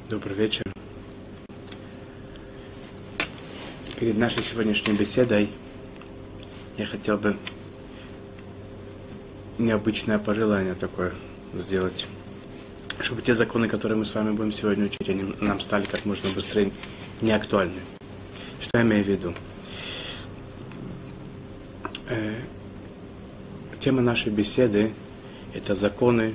Добрый вечер. Перед нашей сегодняшней беседой я хотел бы необычное пожелание такое сделать, чтобы те законы, которые мы с вами будем сегодня учить, они нам стали как можно быстрее неактуальны. Что я имею в виду? Тема нашей беседы – это законы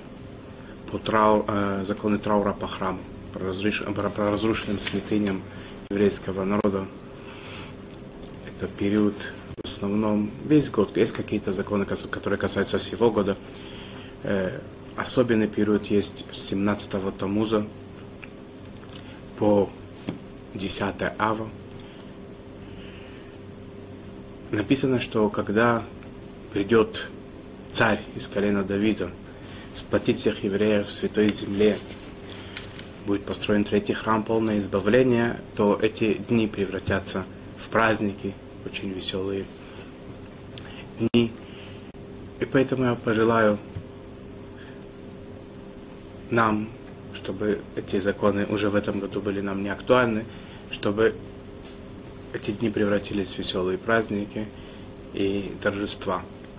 траура по храму, про разрушенным святыням еврейского народа. Это период, в основном, весь год. Есть какие-то законы, которые касаются всего года. Особенный период есть с 17-го Тамуза по 10 Ава. Написано, что когда придет царь из колена Давида сплотить всех евреев в святой земле, будет построен третий храм, полное избавление, то эти дни превратятся в праздники, очень веселые дни. И поэтому я пожелаю нам, чтобы эти законы уже в этом году были нам не актуальны, чтобы эти дни превратились в веселые праздники и торжества.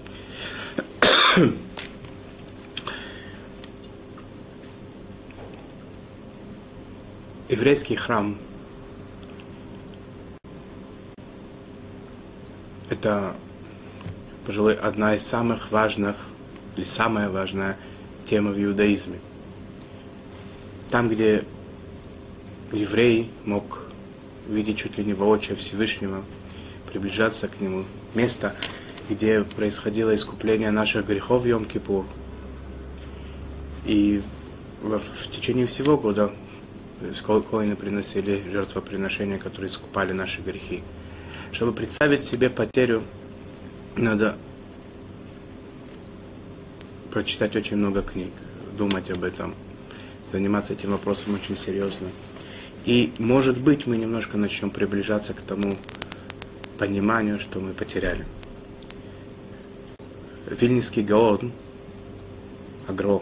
Еврейский храм – это, пожалуй, одна из самых важных, или самая важная тема в иудаизме. Там, где еврей мог видеть чуть ли не воочию Всевышнего, приближаться к Нему, место, где происходило искупление наших грехов в Йом-Кипур. И в течение всего года коины приносили жертвоприношения, которые искупали наши грехи. Чтобы представить себе потерю, надо прочитать очень много книг, думать об этом, заниматься этим вопросом очень серьезно. И, может быть, мы немножко начнем приближаться к тому пониманию, что мы потеряли. Вильнюсский Гаон, Агро,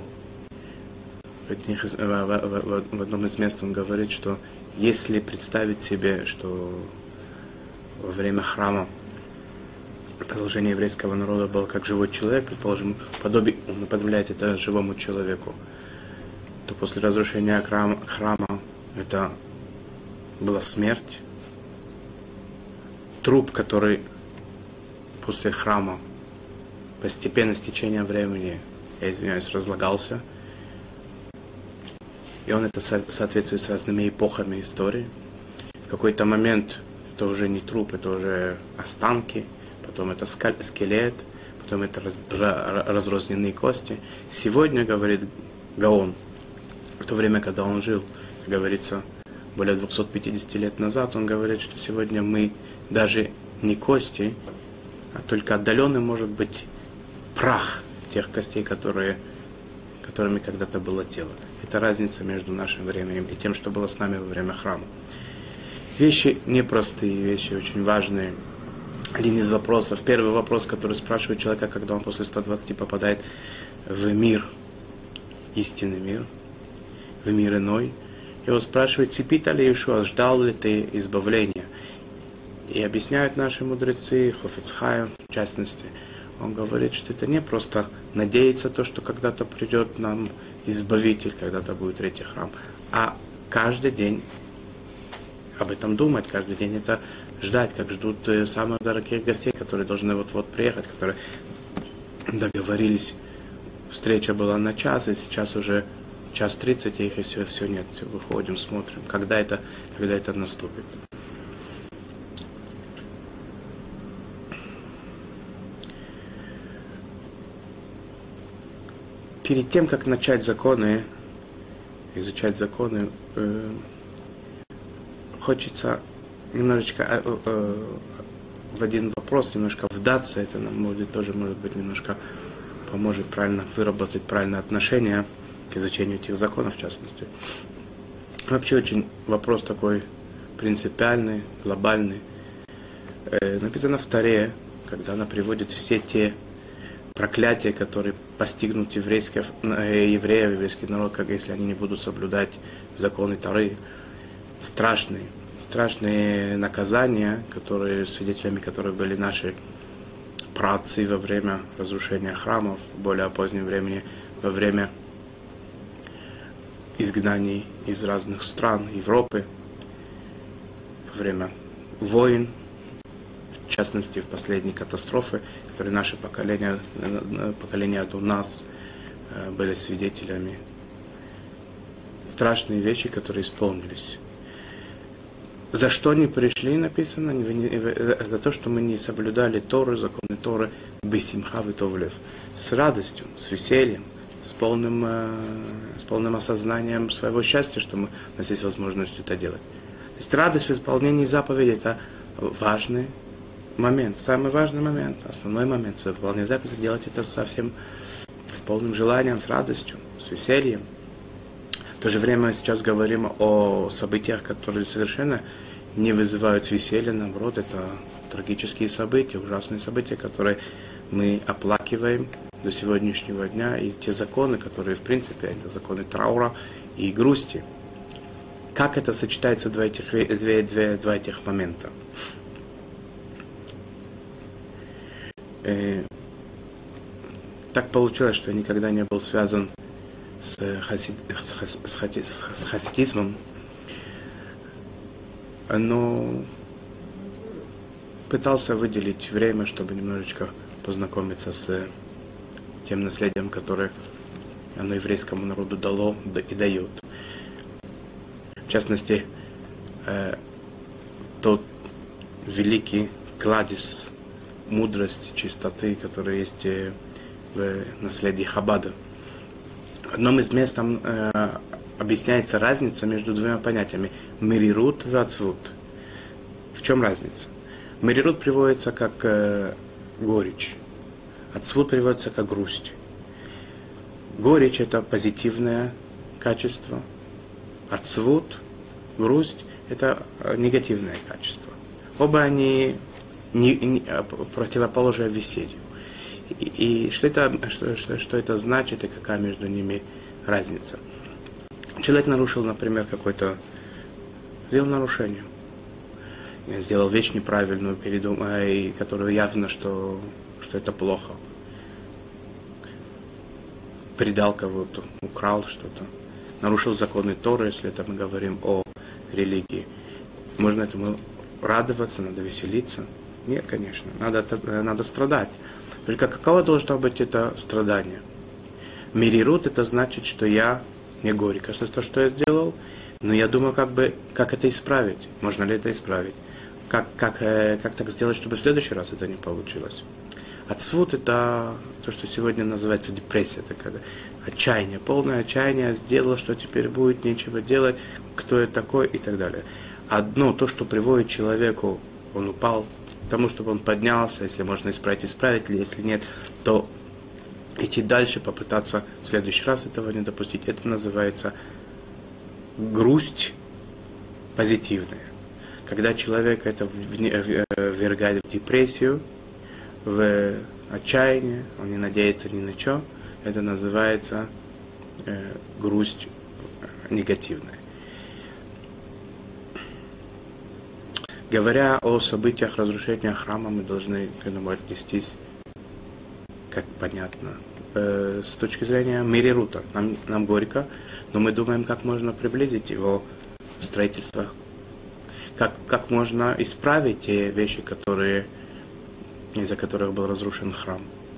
в одном из мест он говорит, что если представить себе, что во время храма продолжение еврейского народа было как живой человек, предположим, он наподобляет это живому человеку, то после разрушения храма это была смерть. Труп, который после храма постепенно с течением времени, разлагался. И он это соответствует с разными эпохами истории. В какой-то момент это уже не труп, это уже останки, потом это скелет, потом это разрозненные кости. Сегодня, говорит Гаон, в то время, когда он жил, как говорится, более 250 лет назад, он говорит, что сегодня мы даже не кости, а только отдаленный может быть прах тех костей, которыми когда-то было тело. Это разница между нашим временем и тем, что было с нами во время храма. Вещи непростые, вещи очень важные. Один из вопросов, первый вопрос, который спрашивает человека, когда он после 120 попадает в мир, истинный мир, в мир иной, его спрашивает, ципита ли Иешуа, ждал ли ты избавления? И объясняют наши мудрецы, Хафец Хаим в частности, он говорит, что это не просто надеяться то, что когда-то придет нам Избавитель, когда-то будет третий храм, а каждый день об этом думать, каждый день это ждать, как ждут самых дорогих гостей, которые должны вот-вот приехать, которые договорились, встреча была на час, и сейчас уже 1:30, их и все нет, все, выходим, смотрим, когда это наступит. Перед тем, как начать изучать законы, хочется немножечко в один вопрос немножко вдаться. Это нам тоже, может быть, немножко поможет правильно выработать правильное отношение к изучению этих законов, в частности. Вообще очень вопрос такой принципиальный, глобальный. Написано в Торе, когда она приводит все те проклятия, которые постигнут евреев, еврейский народ, как если они не будут соблюдать законы Торы. Страшные наказания, свидетелями которых были наши праотцы во время разрушения храмов, в более позднем времени, во время изгнаний из разных стран Европы, во время войн, в частности, в последней катастрофе, которые наше поколение до нас были свидетелями. Страшные вещи, которые исполнились. За что они пришли, написано, за то, что мы не соблюдали Торы, законы Торы, бесимха витовлев, с радостью, с весельем, с полным осознанием своего счастья, что у нас есть возможность это делать. То есть радость в исполнении заповедей – это важный момент, самый важный момент, основной момент в выполнении заповедей, делать это совсем с полным желанием, с радостью, с весельем. В то же время мы сейчас говорим о событиях, которые совершенно не вызывают веселья, наоборот, это трагические события, ужасные события, которые мы оплакиваем до сегодняшнего дня, и те законы, которые, в принципе, это законы траура и грусти. Как это сочетается два этих момента? Так получилось, что я никогда не был связан с хасидизмом, но пытался выделить время, чтобы немножечко познакомиться с тем наследием, которое оно еврейскому народу дало и дает. В частности, тот великий кладезь мудрости, чистоты, который есть в наследии Хаббада. В одном из мест там объясняется разница между двумя понятиями – мерирут и ацвут. В чем разница? Мерирут приводится как горечь, ацвут приводится как грусть. Горечь – это позитивное качество, ацвут, грусть – это негативное качество. Оба они противоположное веселью. И что это значит, и какая между ними разница? Человек нарушил, например, сделал нарушение. Сделал вещь неправильную, и которую явно, что это плохо. Предал кого-то, украл что-то. Нарушил законы Торы, если это мы говорим о религии. Можно этому радоваться, надо веселиться? Нет, конечно, надо страдать. Только каково должно быть это страдание? Мерирут — это значит, что я не горько, что я сделал, но я думаю, как это исправить. Можно ли это исправить? Как так сделать, чтобы в следующий раз это не получилось? Ацвут — это то, что сегодня называется депрессия, такая, отчаяние, полное отчаяние, сделал, что теперь будет, нечего делать, кто я такой и так далее. Одно, то, что приводит человеку, он упал, к тому, чтобы он поднялся, если можно исправить, если нет, то идти дальше, попытаться в следующий раз этого не допустить. Это называется грусть позитивная. Когда человек это ввергает в депрессию, в отчаяние, он не надеется ни на что, это называется грусть негативная. Говоря о событиях разрушения храма, мы должны к этому отнестись, как понятно, с точки зрения мерирута. Нам горько, но мы думаем, как можно приблизить его строительство, как можно исправить те вещи, из-за которых был разрушен храм.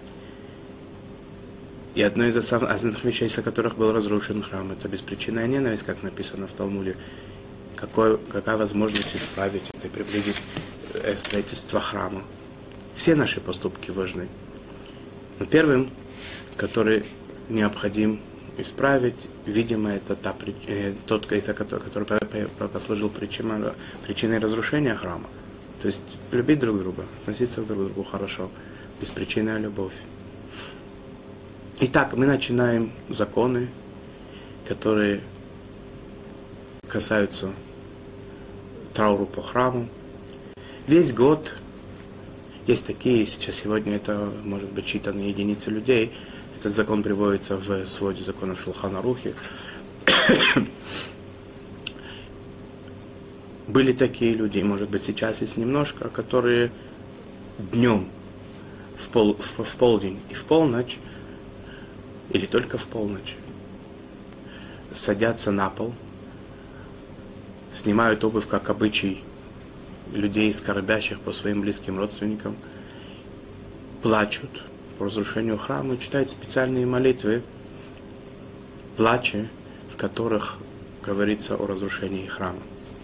И одно из основных вещей, из-за которых был разрушен храм, это беспричинная ненависть, как написано в Талмуде. Какая возможность исправить это и приблизить строительство храма? Все наши поступки важны. Но первым, который необходим исправить, видимо, это тот, который послужил причиной разрушения храма. То есть любить друг друга, относиться друг к другу хорошо, беспричинная любовь. Итак, мы начинаем законы, которые касаются трауру по храму. Весь год Есть такие, сегодня это может быть считанные единицы людей. Этот закон приводится в своде законов Шулхан Арухи. Были такие люди, может быть, сейчас есть немножко, которые днем, в полдень и в полночь, или только в полночь, садятся на пол, снимают обувь, как обычай людей, скорбящих по своим близким родственникам, плачут по разрушению храма и читают специальные молитвы, плача, в которых говорится о разрушении храма.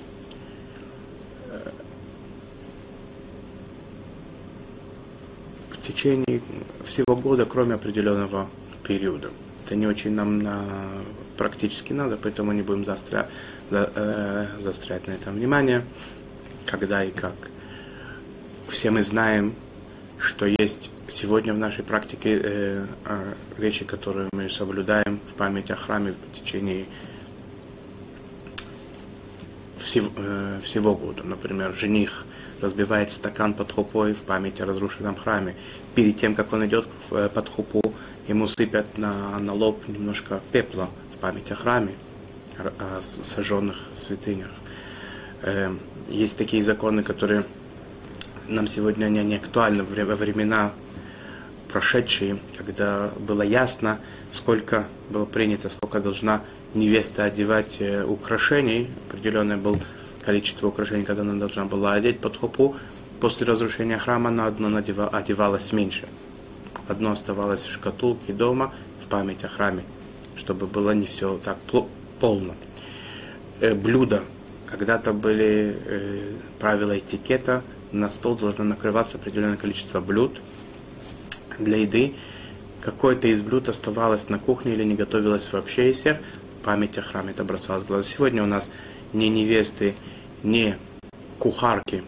В течение всего года, кроме определенного периода. Это не очень нам практически надо, поэтому не будем заострять на этом внимание, когда и как. Все мы знаем, что есть сегодня в нашей практике вещи, которые мы соблюдаем в память о храме в течение всего года. Например, жених разбивает стакан под хупой в память о разрушенном храме. Перед тем, как он идет под хупу, ему сыпят на лоб немножко пепла в память о храме, о сожженных святынях. Есть такие законы, которые нам сегодня не актуальны во времена прошедшие, когда было ясно, сколько было принято, сколько должна невеста одевать украшений. Определенное было количество украшений, когда она должна была одеть под хупу. После разрушения храма на одно одевалось меньше. Одно оставалось в шкатулке дома в память о храме, чтобы было не все так полно. Блюда. Когда-то были правила этикета, на стол должно накрываться определенное количество блюд для еды. Какое-то из блюд оставалось на кухне или не готовилось вообще из всех, память о храме, это бросалось в глаза. Сегодня у нас ни невесты, ни кухарки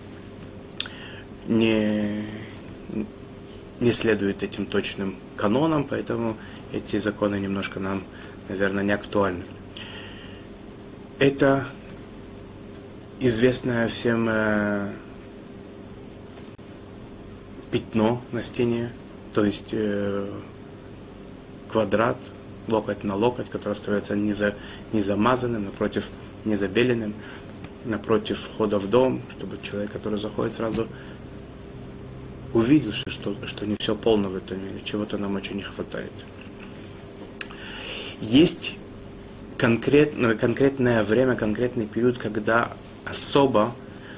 не следуют этим точным канонам, поэтому эти законы немножко нам, наверное, не актуальны. Это известное всем пятно на стене, то есть квадрат, локоть на локоть, который остается не замазанным, напротив, не забеленным, напротив входа в дом, чтобы человек, который заходит, сразу увидел, что не все полно в этом мире, чего-то нам очень не хватает. Есть конкретное время, конкретный период, когда особо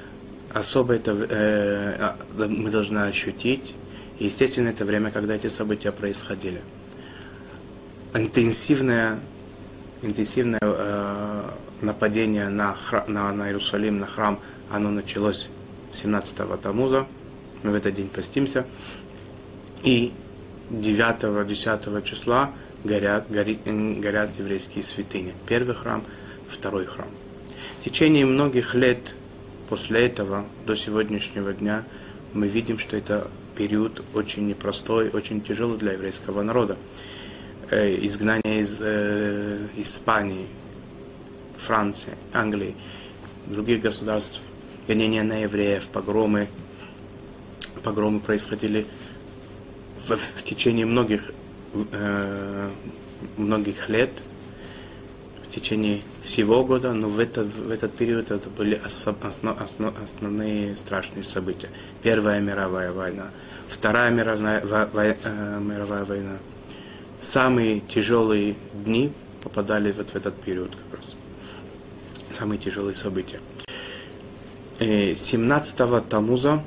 это мы должны ощутить. И, естественно, это время, когда эти события происходили. Интенсивное нападение на Иерусалим, на храм, оно началось 17-го Тамуза. Мы в этот день постимся. И 9-10 числа горят еврейские святыни. Первый храм, второй храм. В течение многих лет после этого, до сегодняшнего дня, мы видим, что это период очень непростой, очень тяжелый для еврейского народа. Изгнание из Испании, Франции, Англии, других государств, гонения на евреев, погромы происходили в течение многих лет, в течение всего года, но в этот период это были основные страшные события. Первая мировая война, Вторая мировая война. Самые тяжелые дни попадали вот в этот период как раз. Самые тяжелые события. 17-го Тамуза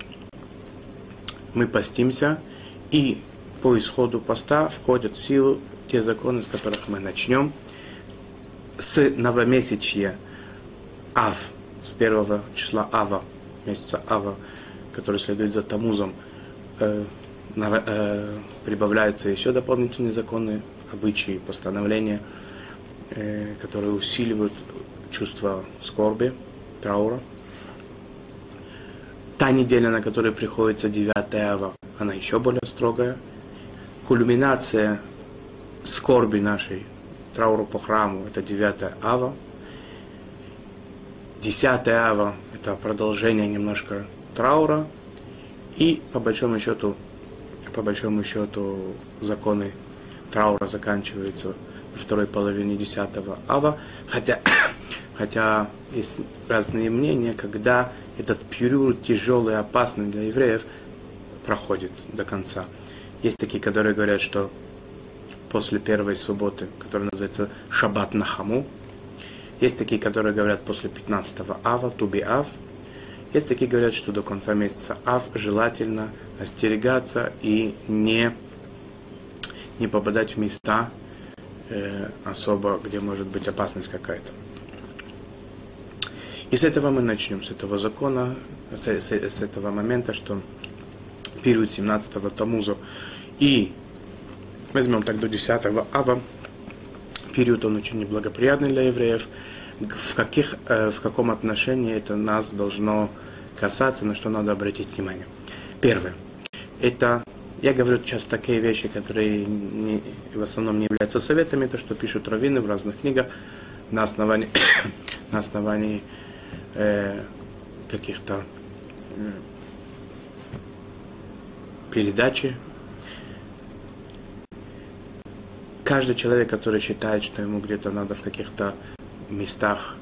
мы постимся, и по исходу поста входят в силу те законы, с которых мы начнем. С новомесячья Ав, с первого числа Ава, месяца Ава, который следует за Тамузом, прибавляются еще дополнительные законы, обычаи, постановления, которые усиливают чувство скорби, траура. Та неделя, на которой приходится 9 Ава, она еще более строгая. Кульминация скорби нашей, траура по храму, это 9 Ава. 10 Ава, это продолжение немножко траура. И по большому счету законы траура заканчиваются во второй половине 10-го ава, хотя есть разные мнения, когда этот период тяжелый и опасный для евреев проходит до конца. Есть такие, которые говорят, что после первой субботы, которая называется Шаббат Нахаму. Есть такие, которые говорят после 15-го ава, Туби Ав. Есть такие, говорят, что до конца месяца Ав желательно остерегаться и не попадать в места особо, где может быть опасность какая-то. И с этого мы начнем, с этого закона, с этого момента, что период 17-го Тамуза и возьмем так до 10-го ава, период он очень неблагоприятный для евреев. В каком отношении это нас должно касаться, на что надо обратить внимание. Первое. Это, я говорю сейчас такие вещи, которые в основном не являются советами, то, что пишут раввины в разных книгах на основании каких-то передачи. Каждый человек, который считает, что ему где-то надо в каких-то местах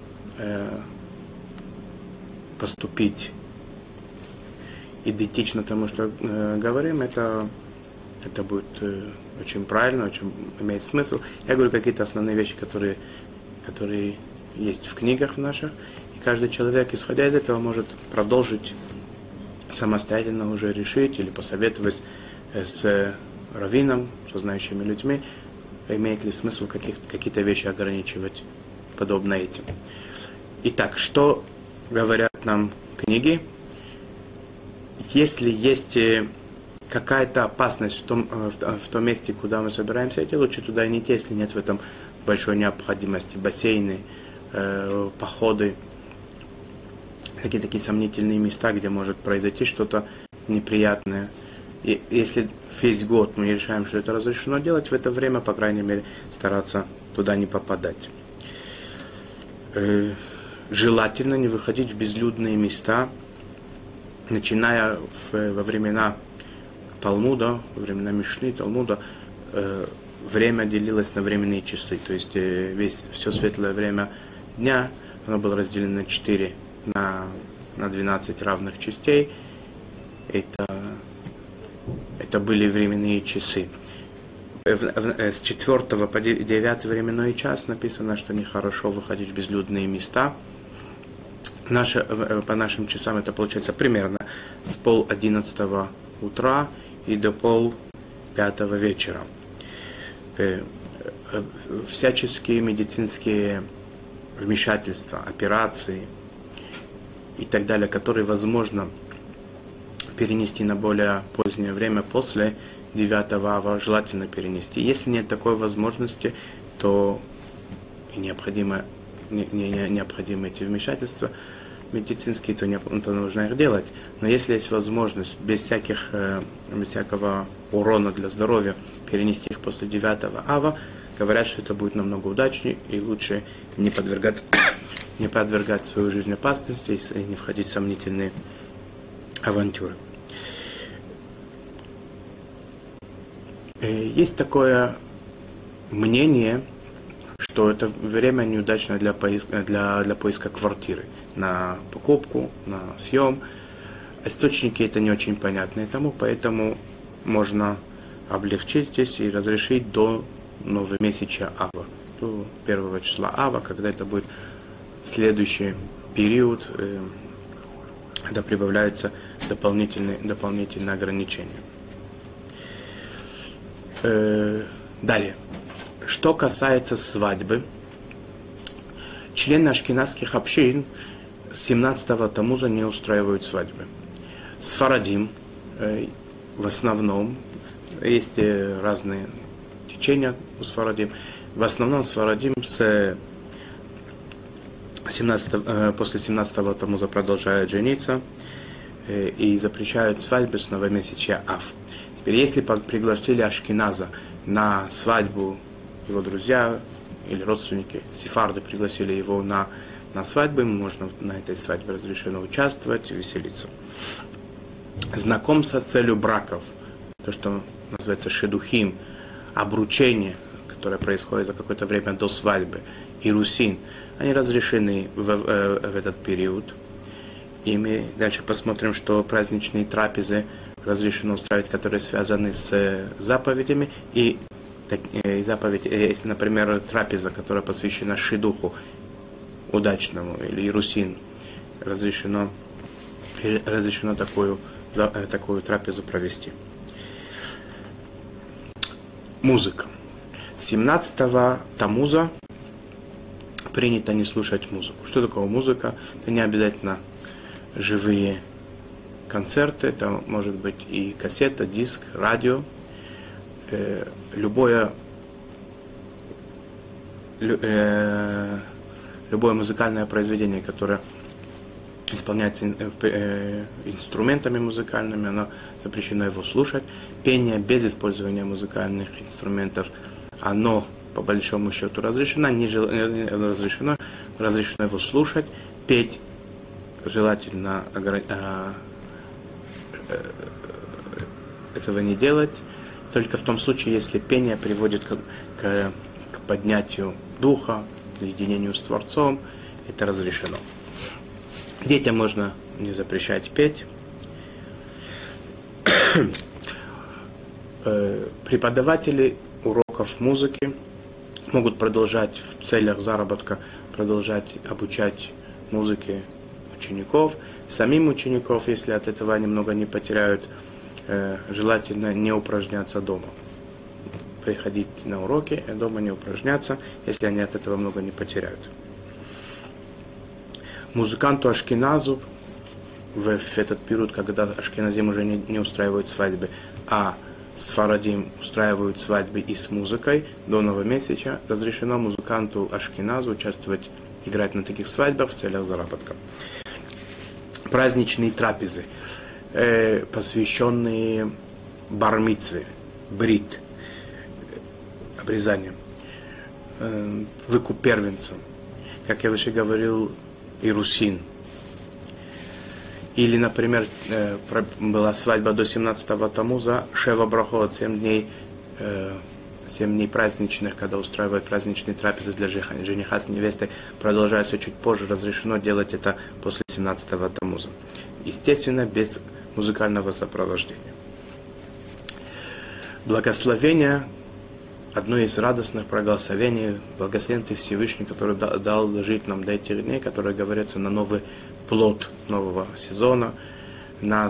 поступить идентично тому, что говорим, это будет очень правильно, очень имеет смысл. Я говорю какие-то основные вещи, которые есть в книгах наших, и каждый человек, исходя из этого, может продолжить самостоятельно уже решить или посоветовать с раввином, со знающими людьми, имеет ли смысл какие-то вещи ограничивать подобно этим. Итак, что говорят нам книги? Если есть какая-то опасность в том месте, куда мы собираемся идти, лучше туда не идти, если нет в этом большой необходимости. Бассейны, походы, какие-то такие сомнительные места, где может произойти что-то неприятное. И если весь год мы решаем, что это разрешено делать, в это время, по крайней мере, стараться туда не попадать. Желательно не выходить в безлюдные места, начиная во времена Талмуда, во времена Мишны, Талмуда, время делилось на временные часы. То есть все светлое время дня, оно было разделено на 4, на 12 равных частей. Это были временные часы. С 4 по 9 временной час написано, что нехорошо выходить в безлюдные места. По нашим часам это получается примерно с 10:30 утра и до 4:30 вечера. Всяческие медицинские вмешательства, операции и так далее, которые возможно перенести на более позднее время после 9 ава, желательно перенести. Если нет такой возможности, то и необходимы эти вмешательства медицинские, то нужно их делать. Но если есть возможность без всякого урона для здоровья перенести их после 9 ава, говорят, что это будет намного удачнее и лучше не подвергать свою жизнь опасности и не входить в сомнительные авантюры. Есть такое мнение, что это время неудачное для поиска квартиры на покупку, на съем. Источники это не очень понятны поэтому можно облегчить здесь и разрешить до новомесяча ава, до 1 числа ава, когда это будет следующий период, когда прибавляются дополнительные ограничения. Далее. Что касается свадьбы, члены ашкеназских общин с 17-го Тамуза не устраивают свадьбы. Сфарадим в основном, есть разные течения у Сфарадим, в основном Сфарадим после 17-го Тамуза продолжают жениться и запрещают свадьбы с новомесячья Ав. Теперь, если пригласили ашкеназа на свадьбу, его друзья или родственники, сефарды пригласили его на свадьбу, ему можно на этой свадьбе разрешено участвовать, веселиться. знакомство с целью браков, то, что называется шедухим, обручение, которое происходит за какое-то время до свадьбы, и русин, они разрешены в этот период. И мы дальше посмотрим, что праздничные трапезы разрешено устраивать, которые связаны с заповедями. И заповедь, если, например, трапеза, которая посвящена шидуху, удачному, или русин, разрешено такую трапезу провести. Музыка. 17-го Тамуза принято не слушать музыку. Что такое музыка? Это не обязательно живые концерты, это может быть и кассета, диск, радио, любое музыкальное произведение, которое исполняется инструментами музыкальными, оно запрещено его слушать. Пение без использования музыкальных инструментов, оно по большому счету разрешено, разрешено его слушать, петь желательно этого не делать, только в том случае, если пение приводит к поднятию духа, к единению с Творцом, это разрешено. Детям можно не запрещать петь. Преподаватели уроков музыки могут продолжать в целях заработка, продолжать обучать музыке учеников. Самим учеников, если от этого немного не потеряют, желательно не упражняться дома. Приходить на уроки, а дома не упражняться, если они от этого много не потеряют. Музыканту ашкеназу в этот период, когда ашкеназим уже не устраивают свадьбы, а сфарадим устраивают свадьбы и с музыкой до нового месяца, разрешено музыканту ашкеназу участвовать, играть на таких свадьбах в целях заработка. Праздничные трапезы, посвященные бар-мицве, брит, обрезанию, выкуп первенцам, как я выше говорил, и русин. Или, например, была свадьба до 17-го Тамуза, Шева Брахот, 7 дней праздничных, когда устраивают праздничные трапезы для жениха с невестой, продолжаются чуть позже, разрешено делать это после 17-го Тамуза. Естественно, без музыкального сопровождения. Благословение, одно из радостных благословений, благословен Ты Всевышний, который дал дожить нам до этих дней, которые говорятся на новый плод нового сезона, на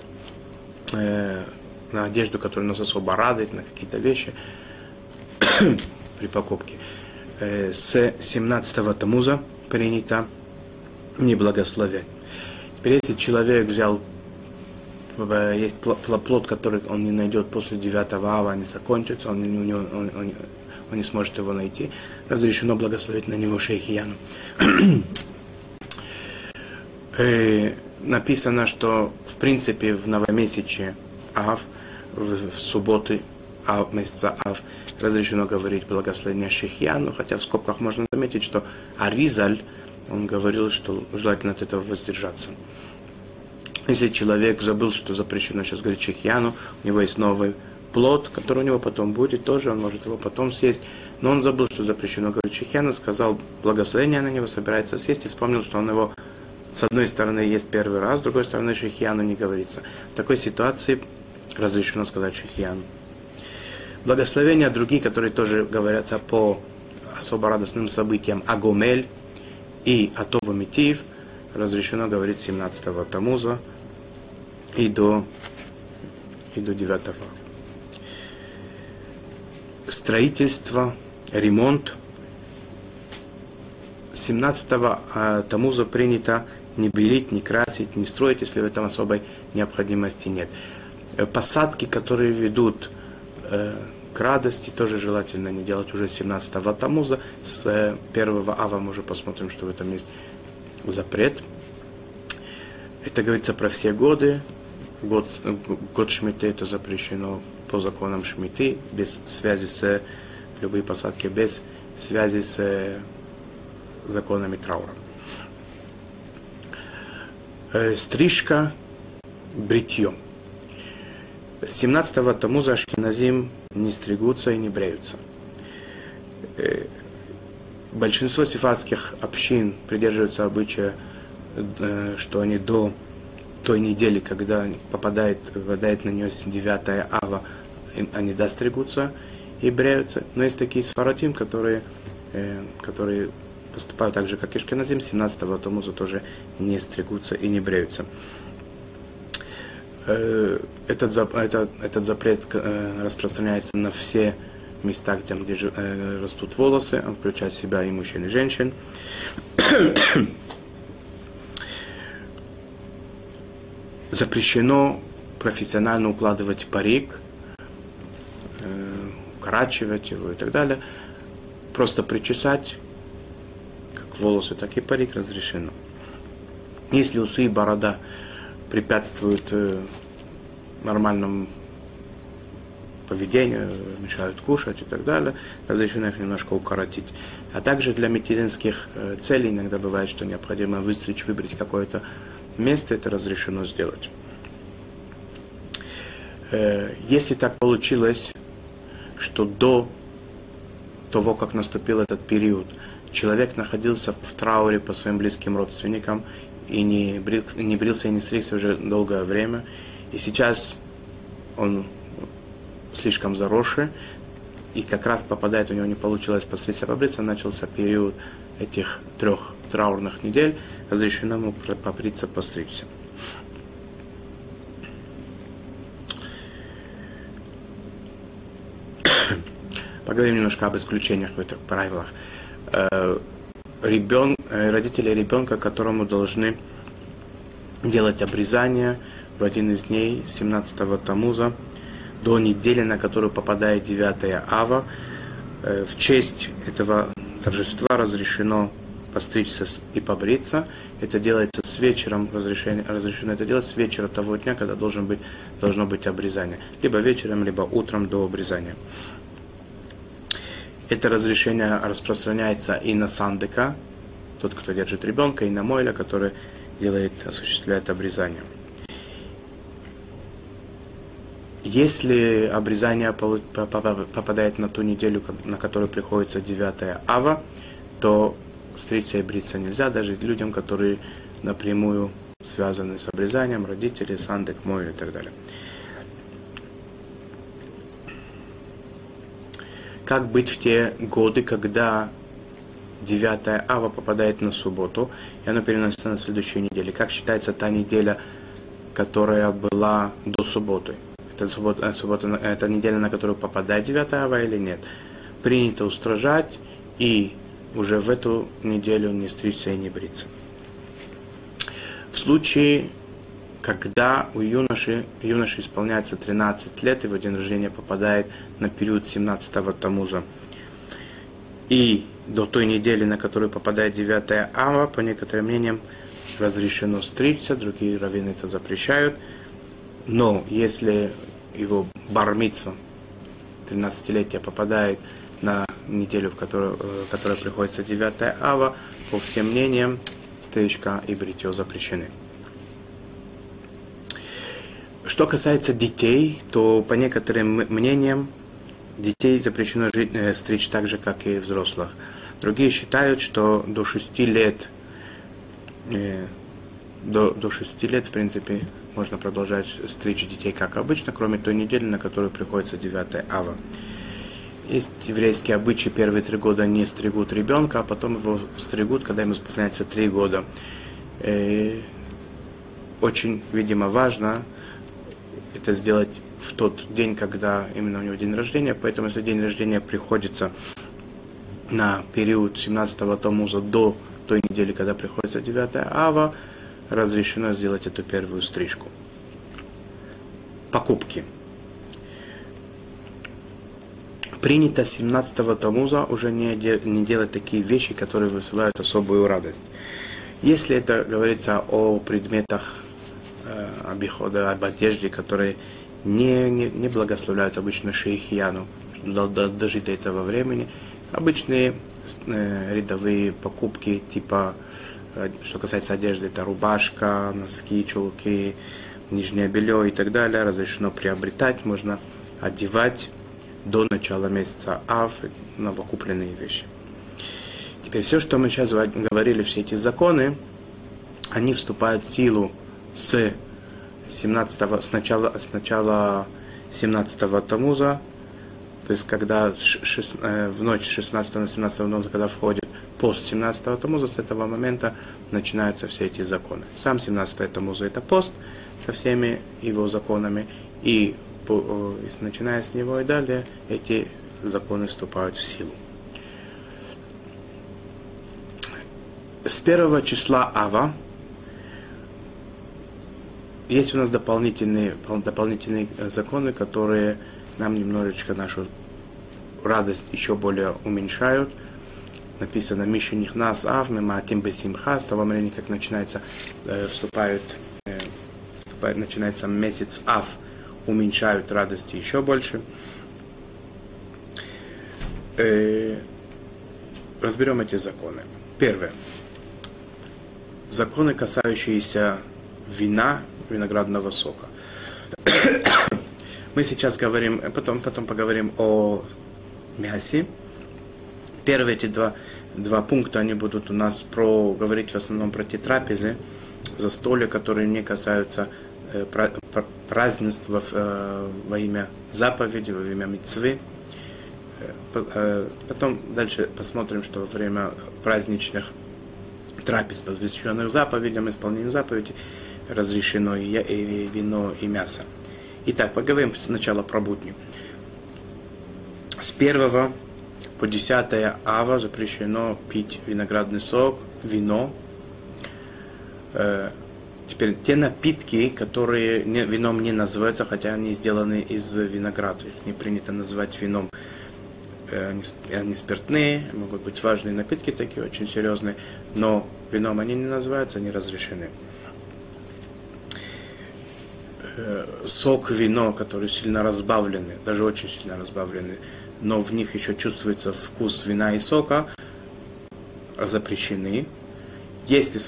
одежду, которая нас особо радует, на какие-то вещи при покупке. С 17-го Тамуза принято не благословять. Теперь, если человек взял, есть плод, который он не найдет после 9-го ава, не закончится, он не сможет его найти, разрешено благословить на него шейхияну. Написано, что в принципе в новомесяче Ав, в субботы месяца Ав, разрешено говорить благословение шейхияну, хотя в скобках можно заметить, что Аризаль, он говорил, что желательно от этого воздержаться. Если человек забыл, что запрещено сейчас говорить шейхияну, у него есть новый плод, который у него потом будет, тоже он может его потом съесть, но он забыл, что запрещено говорить шейхияну, сказал благословение на него, собирается съесть, и вспомнил, что он его с одной стороны есть первый раз, с другой стороны шейхияну не говорится. В такой ситуации разрешено сказать шейхияну. Благословения другие, которые тоже говорятся по особо радостным событиям, Агомель и Атова Митив, разрешено говорить с 17-го Тамуза и до 9-го. Строительство, ремонт. С 17-го Тамуза принято не белить, не красить, не строить, если в этом особой необходимости нет. Посадки, которые ведут к радости, тоже желательно не делать уже 17-го Тамуза. С 1-го Ава мы уже посмотрим, что в этом есть запрет. Это говорится про все годы. Год Шмиты это запрещено по законам Шмиты, без связи с любые посадки, без связи с законами траура. Стрижка бритьем. С 17-го Тамуза ашкеназим не стригутся и не бреются. Большинство сефардских общин придерживаются обычая, что они до той недели, когда выпадает на нее 9 ава, они достригутся и бреются. Но есть такие сфарадим, которые поступают так же, как и ашкеназим, 17-го Тамуза тоже не стригутся и не бреются. Этот запрет распространяется на все места, где растут волосы, он включает в себя и мужчин, и женщин. Запрещено профессионально укладывать парик, укорачивать его и так далее. Просто причесать, как волосы, так и парик разрешено. Если усы и борода препятствуют нормальному поведению, мешают кушать и так далее, разрешено их немножко укоротить. А также для медицинских целей иногда бывает, что необходимо выбрать какое-то место, это разрешено сделать. Если так получилось, что до того, как наступил этот период, человек находился в трауре по своим близким родственникам, и не брился и не стригся уже долгое время, и сейчас он слишком заросший, и как раз попадает, у него не получилось постричься, побриться, начался период этих 3 траурных недель, разрешено ему побриться, постричься. Поговорим немножко об исключениях в этих правилах. Родители ребенка, которому должны делать обрезание в один из дней 17-го Тамуза до недели, на которую попадает 9 ава, в честь этого торжества разрешено постричься и побриться. Это делается с вечером, разрешено это делать с вечера того дня, когда должно быть обрезание. Либо вечером, либо утром до обрезания. Это разрешение распространяется и на сандыка, тот, кто держит ребенка, и на мойля, который осуществляет обрезание. Если обрезание попадает на ту неделю, на которую приходится 9 ава, то стричься и бриться нельзя, даже людям, которые напрямую связаны с обрезанием, родители, сандык, мойля и так далее. Как быть в те годы, когда 9 ава попадает на субботу, и оно переносится на следующую неделю? Как считается та неделя, которая была до субботы? Это неделя, на которую попадает 9 ава или нет? Принято устражать и уже в эту неделю не стричься и не бриться. В случае, когда у юноши исполняется 13 лет, и его день рождения попадает на период 17-го Тамуза, и до той недели, на которую попадает 9 ава, по некоторым мнениям, разрешено стричься, другие раввины это запрещают, но если его бар-мицва, 13-летие, попадает на неделю, в которая приходится 9 ава, по всем мнениям, стрижка и бритье запрещены. Что касается детей, то по некоторым мнениям детей запрещено стричь так же, как и взрослых. Другие считают, что до 6 лет, в принципе, можно продолжать стричь детей как обычно, кроме той недели, на которую приходится 9 ава. Есть еврейские обычаи, первые 3 года не стригут ребенка, а потом его стригут, когда ему исполняется 3 года. Очень, видимо, важно это сделать в тот день, когда именно у него день рождения, поэтому если день рождения приходится на период 17-го Тамуза до той недели, когда приходится 9 ава, разрешено сделать эту первую стрижку. Покупки. Принято 17-го Тамуза уже не делать такие вещи, которые вызывают особую радость. Если это говорится о предметах обихода, об одежде, которые не благословляют обычно шейхияну, дожить до этого времени, обычные рядовые покупки, типа, что касается одежды, это рубашка, носки, чулки, нижнее белье и так далее разрешено приобретать, можно одевать до начала месяца Ав, новокупленные вещи. Теперь все, что мы сейчас говорили, все эти законы, они вступают в силу с начала 17-го Тамуза, то есть когда в ночь с 16 на 17 Тамуза, когда входит пост 17-го Тамуза, с этого момента начинаются все эти законы. Сам 17-й Тамуза это пост со всеми его законами, и начиная с него и далее, эти законы вступают в силу. С 1 числа Ава есть у нас дополнительные законы, которые нам немножечко нашу радость еще более уменьшают. Написано «Миши нихнас Ав, мемаатим бесимха», с того времени, как начинается месяц Ав, уменьшают радости еще больше. Разберем эти законы. Первое. Законы, касающиеся вина, виноградного сока. Мы сейчас говорим, потом поговорим о мясе. Первые эти два пункта, они будут у нас говорить в основном про те трапезы, застолья, которые не касаются празднеств во имя заповеди, во имя мицвы. Потом дальше посмотрим, что во время праздничных трапез, посвященных заповедям, исполнению заповедей, разрешено и вино, и мясо. Итак, поговорим сначала про будни. С 1 по 10 Ава запрещено пить виноградный сок, вино. Теперь те напитки, которые вином не называются, хотя они сделаны из винограда, их не принято называть вином. Они спиртные, могут быть важные напитки такие, очень серьезные, но вином они не называются, они разрешены. Сок, вино, которые сильно разбавлены, даже очень сильно разбавлены, но в них еще чувствуется вкус вина и сока, запрещены. Если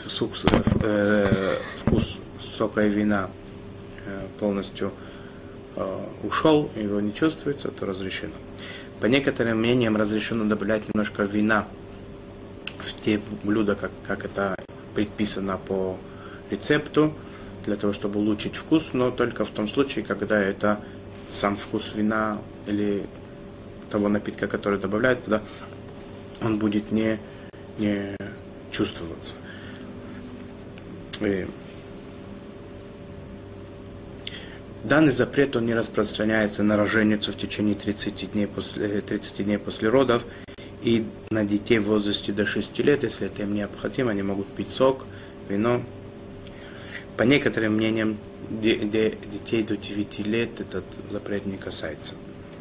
вкус сока и вина полностью ушел, его не чувствуется, то разрешено. По некоторым мнениям разрешено добавлять немножко вина в те блюда, как это предписано по рецепту, для того, чтобы улучшить вкус, но только в том случае, когда это сам вкус вина или того напитка, который добавляется, да, он будет не чувствоваться. Данный запрет, он не распространяется на роженицу в течение 30 дней после родов и на детей в возрасте до 6 лет, если это им необходимо, они могут пить сок, вино. По некоторым мнениям, детей до 9 лет этот запрет не касается.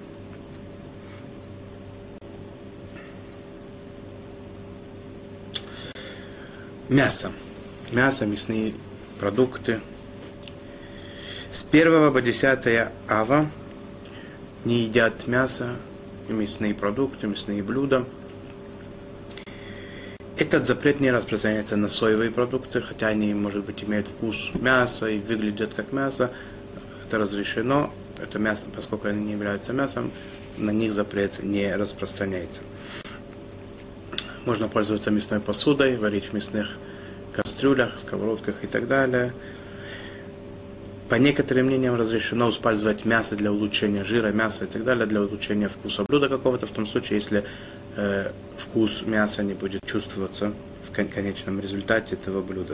Мясо, мясные продукты. С 1 по 10 Ава не едят мясо и мясные продукты, мясные блюда. Этот запрет не распространяется на соевые продукты, хотя они, может быть, имеют вкус мяса и выглядят как мясо. Это разрешено. Это мясо, поскольку они не являются мясом, на них запрет не распространяется. Можно пользоваться мясной посудой, варить в мясных кастрюлях, сковородках и так далее. По некоторым мнениям разрешено использовать мясо для улучшения жира, мяса и так далее, для улучшения вкуса блюда какого-то, в том случае, если вкус мяса не будет чувствоваться в конечном результате этого блюда.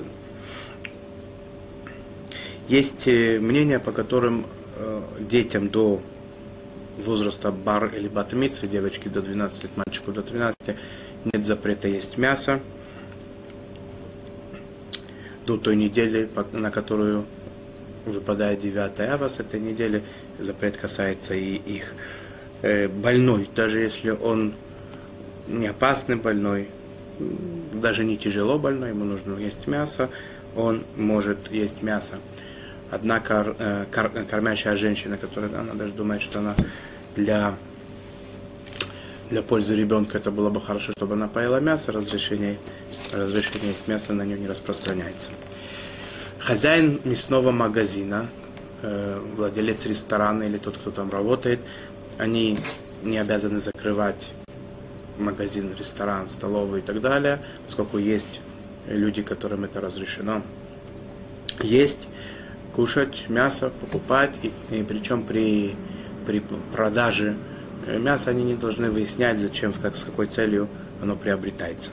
Есть мнения, по которым детям до возраста бар или бат-мицвы, девочки до 12 лет, мальчику до 13, нет запрета есть мясо до той недели, на которую выпадает 9 ава, с этой недели запрет касается и их. Больной, даже если он не опасный больной, даже не тяжело больной, ему нужно есть мясо, он может есть мясо. Однако кормящая женщина, которая она даже думает, что она для пользы ребенка это было бы хорошо, чтобы она поела мясо, разрешение есть мясо на нее не распространяется. Хозяин мясного магазина, владелец ресторана или тот, кто там работает, они не обязаны закрывать магазин, ресторан, столовую и так далее, поскольку есть люди, которым это разрешено есть, кушать мясо, покупать, и причем при продаже мяса они не должны выяснять, зачем, с какой целью оно приобретается.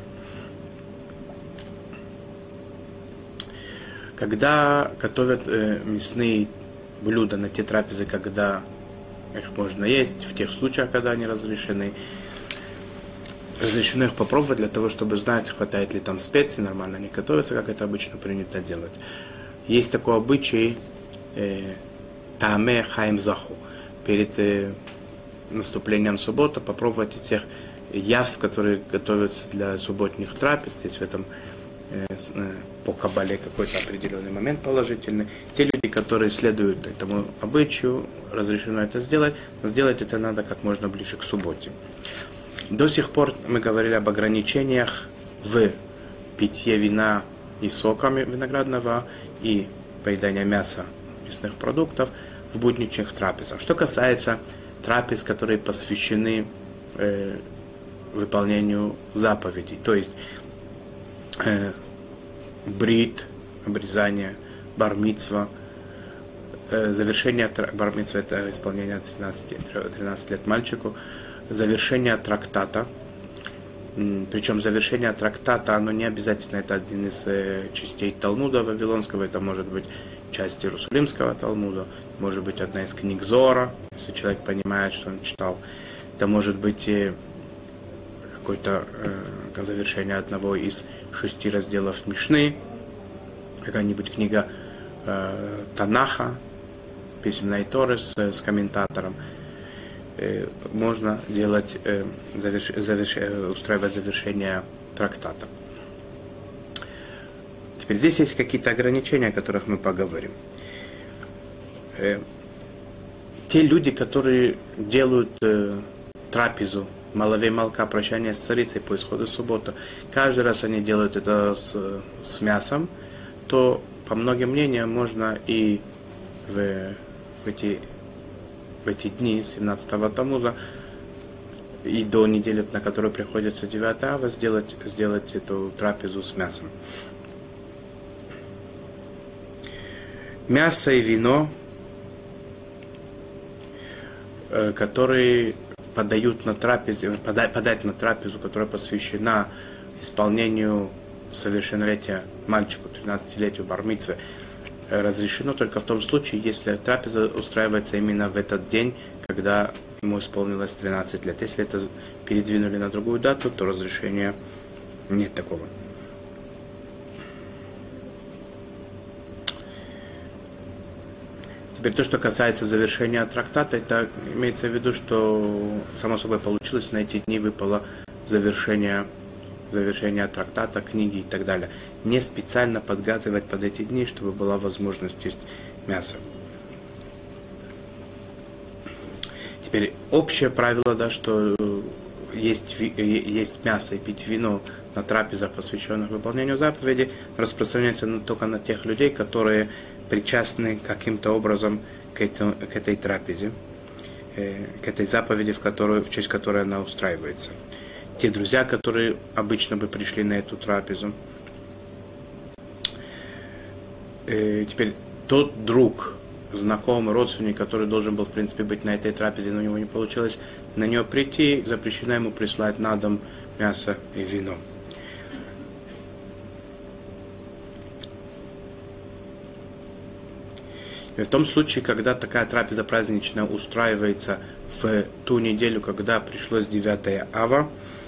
Когда готовят мясные блюда на те трапезы, когда их можно есть, в тех случаях, когда они разрешены, разрешено их попробовать для того, чтобы знать, хватает ли там специй, нормально они готовятся, как это обычно принято делать. Есть такой обычай тааме хаим заху. Перед наступлением субботы попробовать из всех явств, которые готовятся для субботних трапез. Здесь в этом по кабале какой-то определенный момент положительный. Те люди, которые следуют этому обычаю, разрешено это сделать, но сделать это надо как можно ближе к субботе. До сих пор мы говорили об ограничениях в питье вина и сока виноградного и поедания мяса, мясных продуктов в будничных трапезах. Что касается трапез, которые посвящены выполнению заповедей, то есть брит, обрезание, бар-мицва, завершение бар-мицва — это исполнение 13 лет мальчику, завершение трактата, причем завершение трактата, оно не обязательно, это один из частей Талмуда Вавилонского, это может быть часть Иерусалимского Талмуда, может быть одна из книг Зора, если человек понимает, что он читал, это может быть какое-то завершение одного из 6 разделов Мишны, какая-нибудь книга Танаха, письменной Торы с комментатором. Можно делать, устраивать завершение трактата. Теперь здесь есть какие-то ограничения, о которых мы поговорим. Те люди, которые делают трапезу маловей молка, прощание с царицей по исходу субботы, каждый раз они делают это с мясом, то, по многим мнениям, можно и в эти дни 17-го Тамуза и до недели, на которую приходится 9 ава, сделать эту трапезу с мясом. Мясо и вино, которые подать на трапезу, которая посвящена исполнению совершеннолетия мальчику, 13-летию бар-мицвы, разрешено только в том случае, если трапеза устраивается именно в этот день, когда ему исполнилось 13 лет. Если это передвинули на другую дату, то разрешения нет такого. Теперь то, что касается завершения трактата, это имеется в виду, что само собой получилось, на эти дни выпало завершение трактата, книги и так далее. Не специально подготовить под эти дни, чтобы была возможность есть мясо. Теперь общее правило, да, что есть мясо и пить вино на трапезах, посвященных выполнению заповеди, распространяется только на тех людей, которые причастны каким-то образом к этой трапезе, к этой заповеди, в честь которой она устраивается. Те друзья, которые обычно бы пришли на эту трапезу. Теперь тот друг, знакомый, родственник, который должен был, в принципе, быть на этой трапезе, но у него не получилось на нее прийти, запрещено ему прислать на дом мясо и вино. И в том случае, когда такая трапеза праздничная устраивается в ту неделю, когда пришлось 9 ава,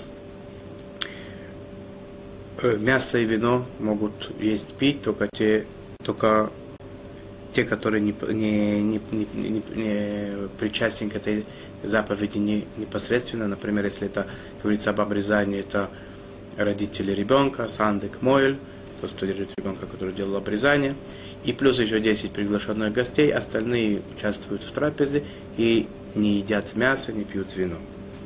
мясо и вино могут есть, пить только те, которые не причастны к этой заповеди непосредственно. Например, если это говорится об обрезании, это родители ребенка, сандык, моэль, тот, кто держит ребенка, который делал обрезание. И плюс еще 10 приглашенных гостей, остальные участвуют в трапезе и не едят мясо, не пьют вино.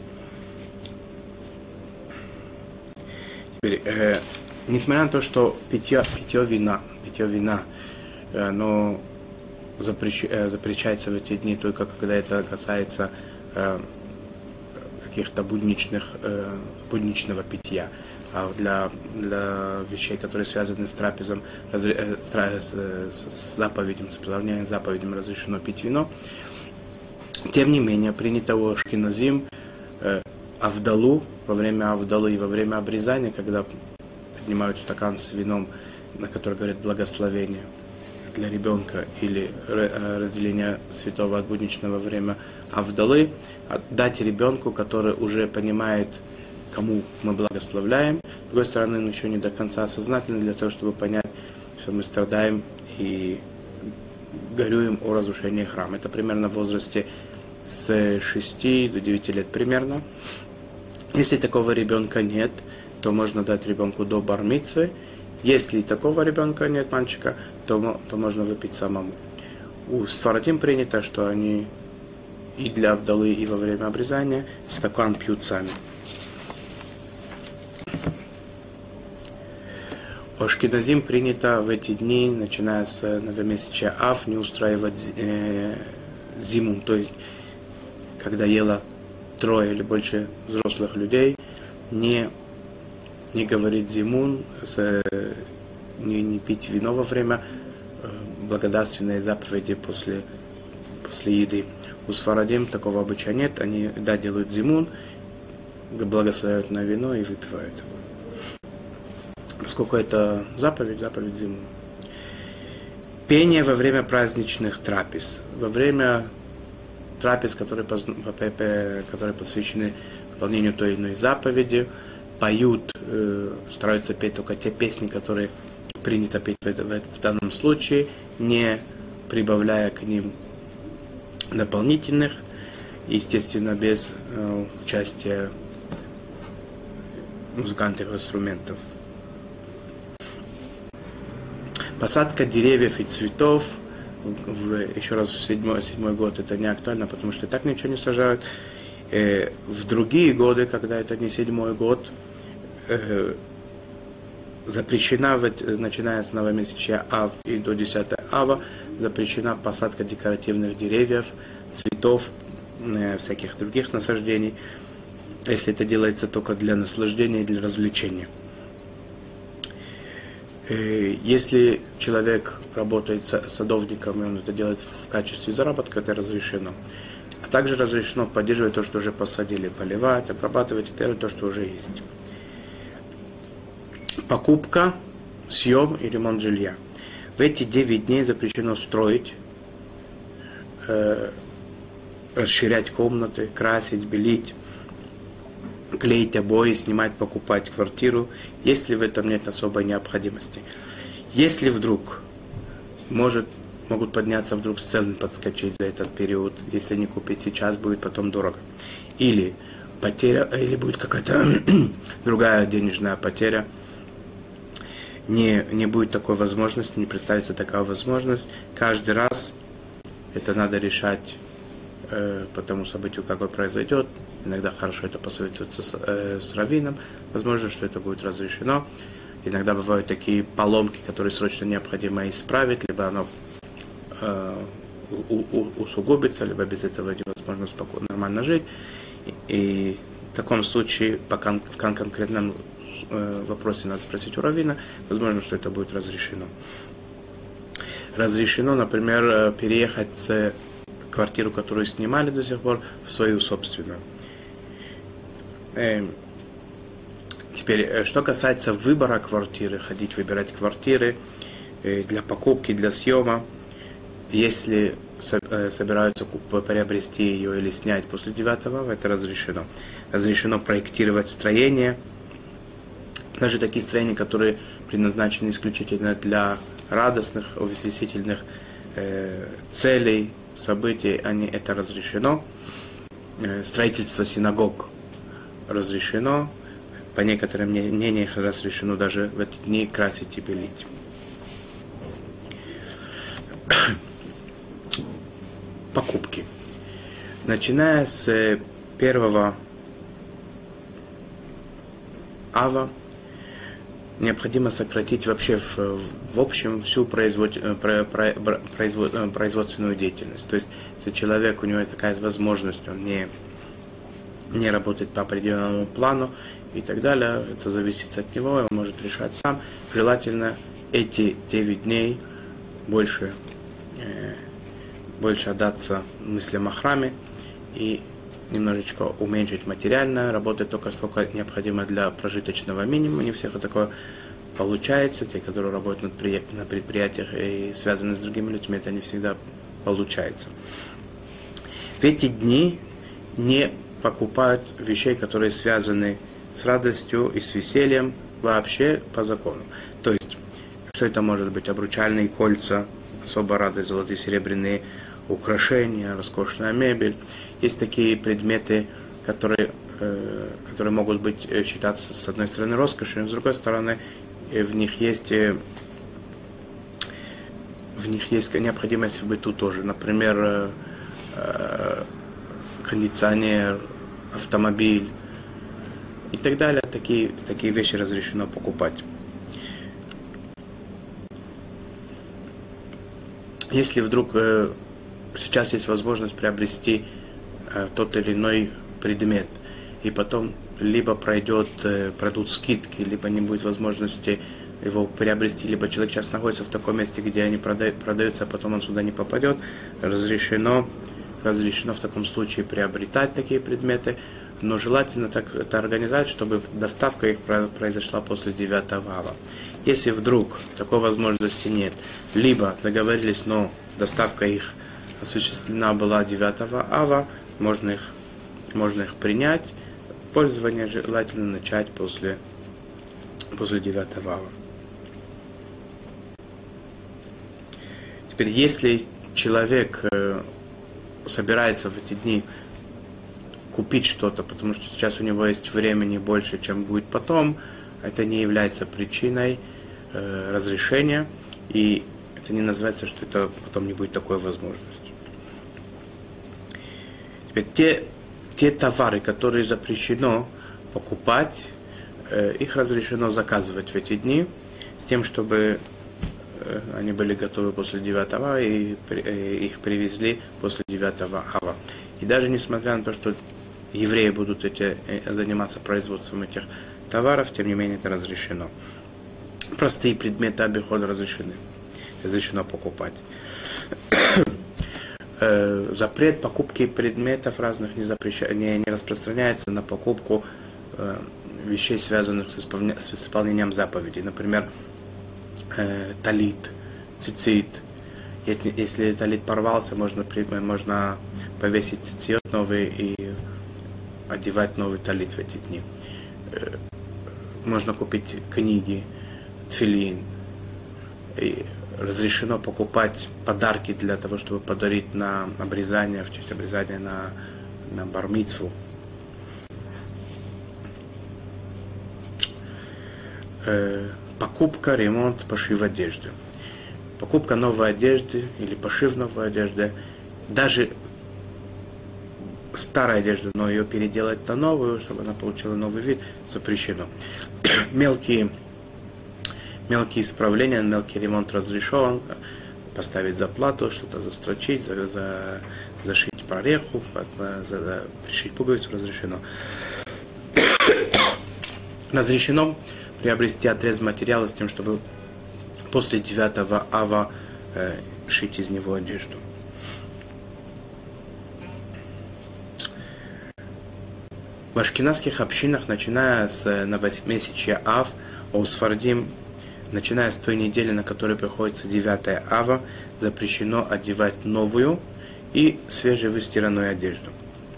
Теперь, несмотря на то, что питье вина, оно запрещается в эти дни только когда это касается каких-то будничного питья. А для вещей, которые связаны с трапезом, с заповедям, с исполнением заповедям разрешено пить вино. Тем не менее, принято у ашкеназим авдалу, во время авдалы и во время обрезания, когда поднимают стакан с вином, на который говорят благословение для ребенка или разделение святого от будничного время авдалы, дать ребенку, который уже понимает, кому мы благословляем. С другой стороны, он еще не до конца осознательный для того, чтобы понять, что мы страдаем и горюем о разрушении храма. Это примерно в возрасте с 6 до 9 лет примерно. Если такого ребенка нет, то можно дать ребенку до бар-мицвы. Если такого ребенка нет, мальчика, то можно выпить самому. У сфарадим принято, что они и для авдалы, и во время обрезания стакан пьют сами. У ашкеназим принято в эти дни, начиная с новомесяча Ав, не устраивать зиму, то есть когда ело 3 или больше взрослых людей, не говорить зимун, не пить вино во время благодарственной заповеди после еды. У сфарадим такого обычая нет, они делают зимун, благословляют на вино и выпивают его. Поскольку это заповедь зимун. Пение во время праздничных трапез. Во время трапез, которые посвящены выполнению той или иной заповеди, поют, стараются петь только те песни, которые принято петь в данном случае, не прибавляя к ним дополнительных, естественно, без участия музыкальных инструментов. Посадка деревьев и цветов, еще раз в седьмой год это не актуально, потому что и так ничего не сажают. В другие годы, когда это не 7-й год, запрещена, начиная с новомесяча Ав и до 10 Ава, запрещена посадка декоративных деревьев, цветов, всяких других насаждений, если это делается только для наслаждения и для развлечения. Если человек работает садовником, и он это делает в качестве заработка, это разрешено. А также разрешено поддерживать то, что уже посадили, поливать, обрабатывать и делать то, что уже есть. Покупка, съем и ремонт жилья. В эти 9 дней запрещено строить, расширять комнаты, красить, белить, клеить обои, снимать, покупать квартиру, если в этом нет особой необходимости. Если вдруг могут подняться вдруг цены, подскочить за этот период, если не купить сейчас, будет потом дорого. Или потеря, или будет какая-то другая денежная потеря, не будет такой возможности, не представится такая возможность. Каждый раз это надо решать по тому событию, какое произойдет. Иногда хорошо это посоветоваться с раввином. Возможно, что это будет разрешено. Иногда бывают такие поломки, которые срочно необходимо исправить, либо оно усугубится, либо без этого невозможно спокойно, нормально жить. И в таком случае, пока в конкретном вопросе надо спросить у раввина, возможно, что это будет разрешено. Разрешено, например, переехать с квартиру, которую снимали до сих пор, в свою собственную. Теперь, что касается выбора квартиры, ходить выбирать квартиры для покупки, для съема, если собираются приобрести ее или снять после 9 ава, это разрешено. Разрешено проектировать строения, даже такие строения, которые предназначены исключительно для радостных, увеселительных целей, событий, это разрешено. Строительство синагог разрешено. По некоторым мнениям разрешено даже в эти дни красить и белить. Покупки. Начиная с 1 ава необходимо сократить вообще в общем всю производственную деятельность. То есть, если человек, у него есть такая возможность, он не работает по определенному плану и так далее, это зависит от него, он может решать сам. Желательно эти 9 дней больше отдаться мыслям о храме и немножечко уменьшить материально, работать только столько необходимо для прожиточного минимума. Не у всех такое получается. Те, которые работают на предприятиях и связаны с другими людьми, это не всегда получается. В эти дни не покупают вещей, которые связаны с радостью и с весельем вообще по закону. То есть, что это может быть? Обручальные кольца, особо радость, золотые, серебряные украшения, роскошная мебель. Есть такие предметы, которые могут быть считаться с одной стороны роскошью, но с другой стороны в них есть необходимость в быту тоже. Например, кондиционер, автомобиль и так далее. Такие вещи разрешено покупать. Если вдруг сейчас есть возможность приобрести тот или иной предмет, и потом либо пройдут скидки, либо не будет возможности его приобрести, либо человек сейчас находится в таком месте, где они продаются, а потом он сюда не попадет, разрешено в таком случае приобретать такие предметы, но желательно так это организовать, чтобы доставка их произошла после 9 ава. Если вдруг такой возможности нет, либо договорились, но доставка их осуществлена была 9 ава, можно их принять. Пользование желательно начать после 9 ава. Теперь, если человек собирается в эти дни купить что-то, потому что сейчас у него есть времени больше, чем будет потом, это не является причиной разрешения, и это не называется, что это потом не будет такой возможности. Теперь те товары, которые запрещено покупать, их разрешено заказывать в эти дни, с тем, чтобы они были готовы после 9 ава и их привезли после 9 ава. И даже несмотря на то, что евреи будут заниматься производством этих товаров, тем не менее это разрешено. Простые предметы обихода разрешено покупать. Запрет покупки предметов разных не распространяется на покупку вещей, связанных с исполнением заповедей. Например, талит, цицит. Если талит порвался, можно повесить цицит новый и одевать новый талит в эти дни. Можно купить книги, тфилин. И разрешено покупать подарки для того, чтобы подарить на обрезание, в честь обрезания на бар-мицву. Покупка, ремонт, пошив одежды. Покупка новой одежды или пошив новой одежды, даже старая одежда, но ее переделать на новую, чтобы она получила новый вид, запрещено. Мелкие исправления, мелкий ремонт разрешен, поставить заплату, что-то застрочить, зашить прореху, пришить пуговицу разрешено. Разрешено приобрести отрез материала с тем, чтобы после 9 ава шить из него одежду. В ашкеназских общинах, начиная с новомесячья Ав, а у сфардим, начиная с той недели, на которой приходится 9 ава, запрещено одевать новую и свежевыстиранную одежду.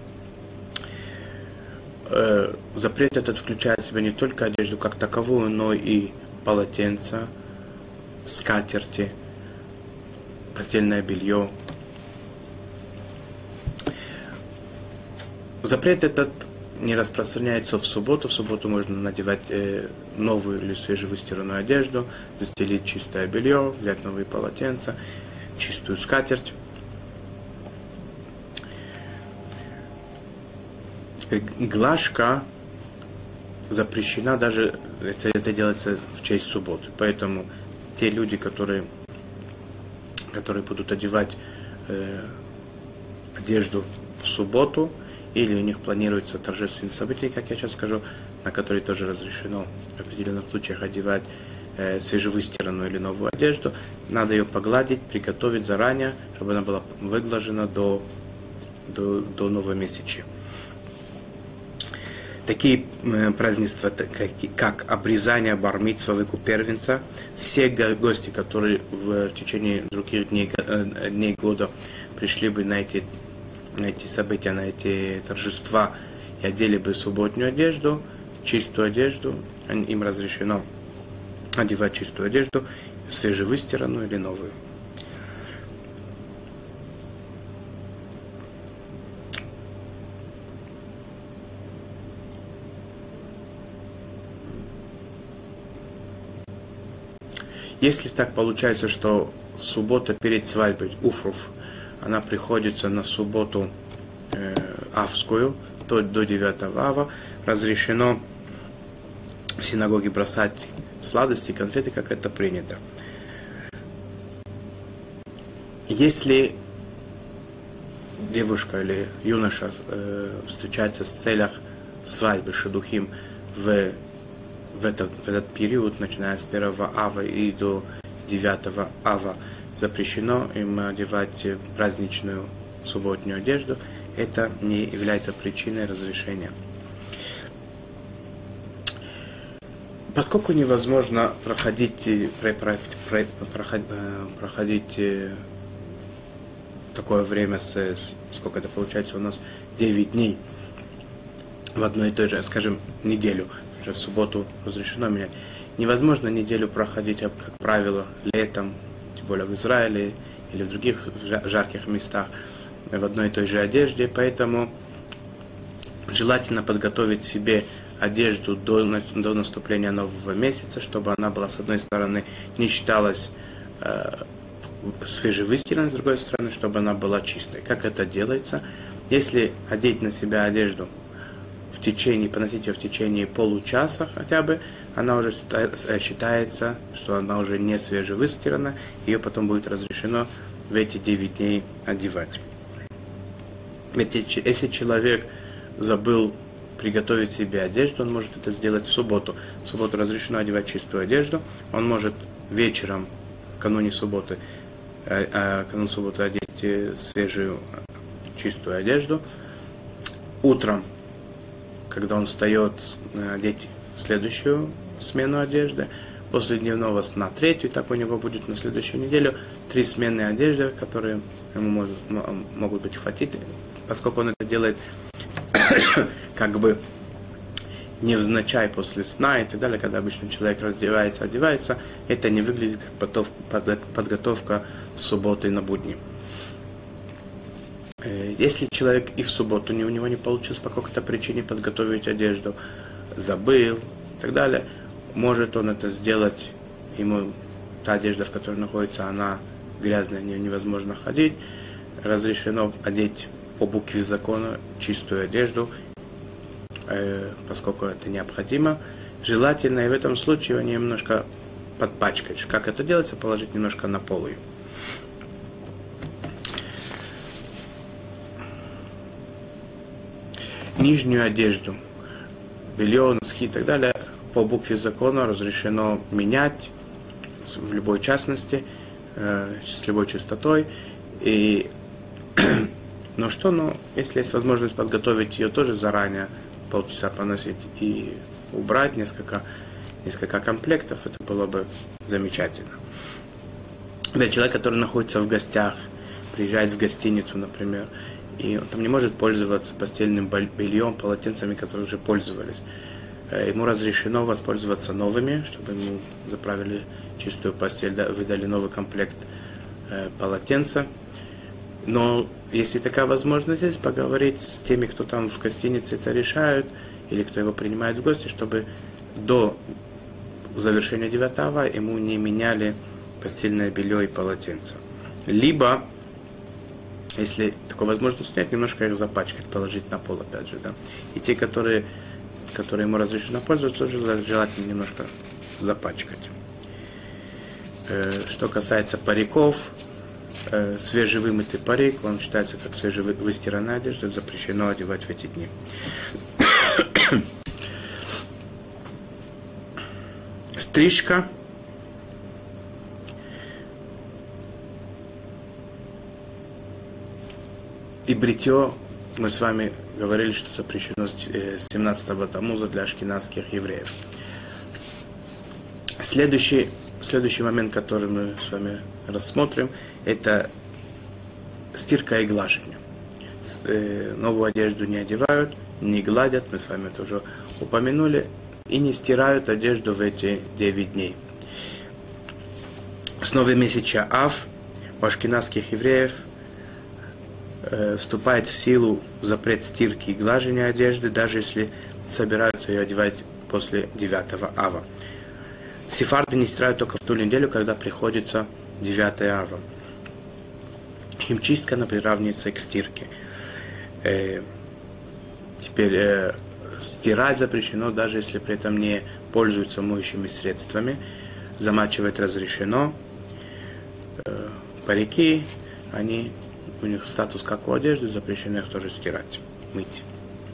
Запрет этот включает в себя не только одежду как таковую, но и полотенца, скатерти, постельное белье. Запрет этот не распространяется в субботу. В субботу можно надевать новую или свежевыстиранную одежду, застелить чистое белье, взять новые полотенца, чистую скатерть. Теперь глажка запрещена, даже если это делается в честь субботы. Поэтому те люди, которые будут одевать одежду в субботу, или у них планируется торжественные события, как я сейчас скажу, на которые тоже разрешено в определенных случаях одевать свежевыстиранную или новую одежду, надо ее погладить, приготовить заранее, чтобы она была выглажена до новомесячия. Такие празднества, как обрезание бар-мицва, выкуп первенца, все гости, которые в течение других дней года пришли бы на эти события, на эти торжества и одели бы субботнюю одежду, чистую одежду, им разрешено одевать чистую одежду, свежевыстиранную или новую. Если так получается, что суббота перед свадьбой, уфруф, она приходится на субботу авскую, до 9 ава, разрешено в синагоге бросать сладости, конфеты, как это принято. Если девушка или юноша встречается в целях свадьбы шедухим в этот период, начиная с 1 ава и до 9 ава, запрещено им одевать праздничную субботнюю одежду. Это не является причиной разрешения. Поскольку невозможно проходить такое время, сколько это получается у нас, 9 дней в одной и той же, скажем, неделю, уже в субботу разрешено менять. Невозможно неделю проходить, как правило, летом, тем более в Израиле или в других жарких местах, в одной и той же одежде, поэтому желательно подготовить себе одежду до наступления нового месяца, чтобы она была, с одной стороны, не считалась свежевыстиранной, с другой стороны, чтобы она была чистой. Как это делается? Если одеть на себя одежду поносить ее в течение получаса хотя бы, она уже считается, что она уже не свежевыстирана, ее потом будет разрешено в эти 9 дней одевать. Ведь если человек забыл приготовить себе одежду, он может это сделать в субботу. В субботу разрешено одевать чистую одежду. Он может вечером, кануне субботы одеть свежую чистую одежду. Утром, когда он встает, одеть следующую смену одежды. После дневного сна третью, так у него будет на следующую неделю 3 смены одежды, которые ему могут быть хватить, поскольку он это делает как бы невзначай после сна и так далее, когда обычно человек раздевается, одевается, это не выглядит как подготовка с субботы на будни. Если человек и в субботу у него не получилось по какой-то причине подготовить одежду, забыл и так далее, может он это сделать, ему та одежда, в которой находится, она грязная, невозможно ходить, разрешено одеть по букве закона чистую одежду, поскольку это необходимо. Желательно и в этом случае его немножко подпачкать. Как это делается? Положить немножко на пол ее. Нижнюю одежду, белье, носки и так далее, по букве закона разрешено менять в любой частности, с любой частотой. Но если есть возможность подготовить ее тоже заранее, полчаса поносить и убрать несколько комплектов, это было бы замечательно. Для человека, который находится в гостях, приезжает в гостиницу, например, и он там не может пользоваться постельным бельем, полотенцами, которые уже пользовались. Ему разрешено воспользоваться новыми, чтобы ему заправили чистую постель, выдали новый комплект полотенца. Но если такая возможность есть, поговорить с теми, кто там в гостинице это решают, или кто его принимает в гости, чтобы до завершения 9 ава ему не меняли постельное белье и полотенце. Либо, если такой возможность нет, немножко их запачкать, положить на пол, опять же, да. И те, которые который ему разрешено пользоваться, тоже желательно немножко запачкать. Что касается париков, свежевымытый парик, он считается как свежевыстиранная одежда, запрещено одевать в эти дни. Стрижка. И бритье, мы с вами говорили, что запрещено с 17-го Тамуза для ашкеназских евреев. Следующий момент, который мы с вами рассмотрим, это стирка и глажение. Новую одежду не одевают, не гладят, мы с вами это уже упомянули, и не стирают одежду в эти 9 дней. С новомесяча Ав у ашкеназских евреев вступает в силу запрет стирки и глажения одежды, даже если собираются ее одевать после 9 Ава. Сефарды не стирают только в ту неделю, когда приходится 9 Ава. Химчистка она приравнивается к стирке. Теперь стирать запрещено, даже если при этом не пользуются моющими средствами. Замачивать разрешено. Парики, у них статус как у одежды, запрещено их тоже стирать, мыть.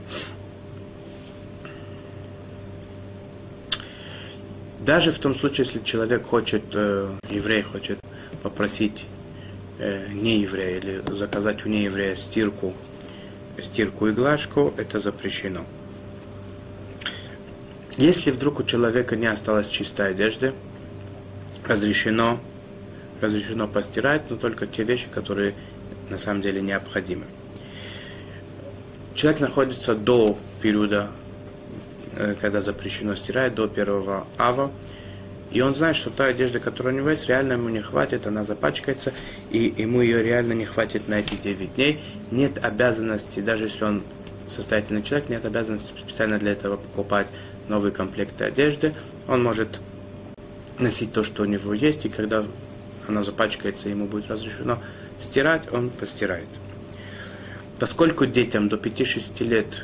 Даже в том случае, если человек еврей хочет попросить нееврея или заказать у нееврея стирку и глажку, это запрещено. Если вдруг у человека не осталось чистой одежды, разрешено постирать, но только те вещи, которые на самом деле необходимы. Человек находится до периода, когда запрещено стирать, до 1 Ава, и он знает, что та одежда, которая у него есть, реально ему не хватит, она запачкается, и ему ее реально не хватит на эти 9 дней. Нет обязанности, даже если он состоятельный человек, нет обязанности специально для этого покупать новые комплекты одежды. Он может носить то, что у него есть, и когда она запачкается, ему будет разрешено стирать, он постирает. Поскольку детям до 5-6 лет,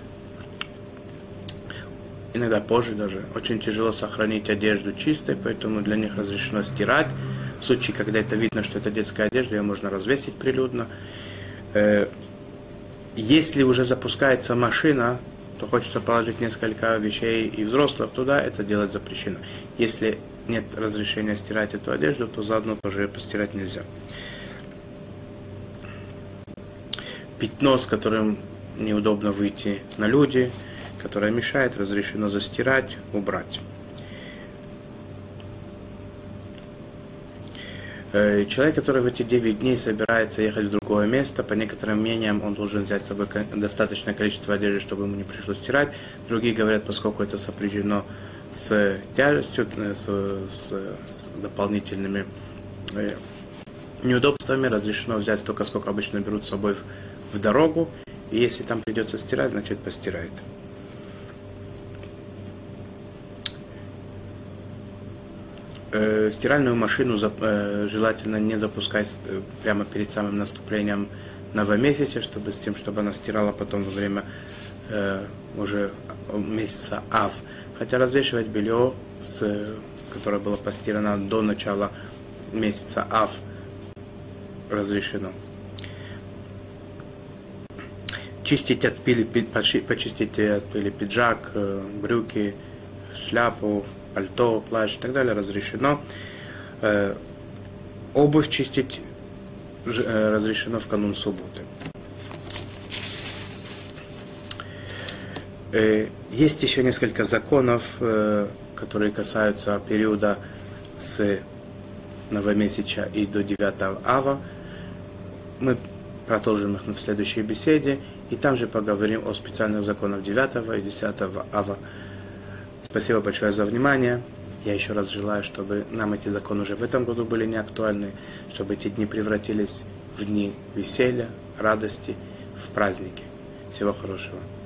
иногда позже даже, очень тяжело сохранить одежду чистой, поэтому для них разрешено стирать. В случае, когда это видно, что это детская одежда, ее можно развесить прилюдно. Если уже запускается машина, то хочется положить несколько вещей и взрослых туда, это делать запрещено. Если нет разрешения стирать эту одежду, то заодно тоже ее постирать нельзя. Пятно, с которым неудобно выйти на люди, которое мешает, разрешено застирать, убрать. Человек, который в эти 9 дней собирается ехать в другое место, по некоторым мнениям, он должен взять с собой достаточное количество одежды, чтобы ему не пришлось стирать. Другие говорят, поскольку это сопряжено с тяжестью, с дополнительными неудобствами, разрешено взять только сколько обычно берут с собой в дорогу. И если там придется стирать, значит постирает. Стиральную машину желательно не запускать прямо перед самым наступлением новомесяча, чтобы она стирала потом во время уже месяца Ав. Хотя развешивать белье, которое было постирано до начала месяца Ав, разрешено. Почистить от пыли пиджак, брюки, шляпу, пальто, плащ и так далее разрешено. Обувь чистить разрешено в канун субботы. Есть еще несколько законов, которые касаются периода с новомесяча и до 9 Ава. Мы продолжим их в следующей беседе, и там же поговорим о специальных законах 9 и 10 Ава. Спасибо большое за внимание. Я еще раз желаю, чтобы нам эти законы уже в этом году были не актуальны, чтобы эти дни превратились в дни веселья, радости, в праздники. Всего хорошего.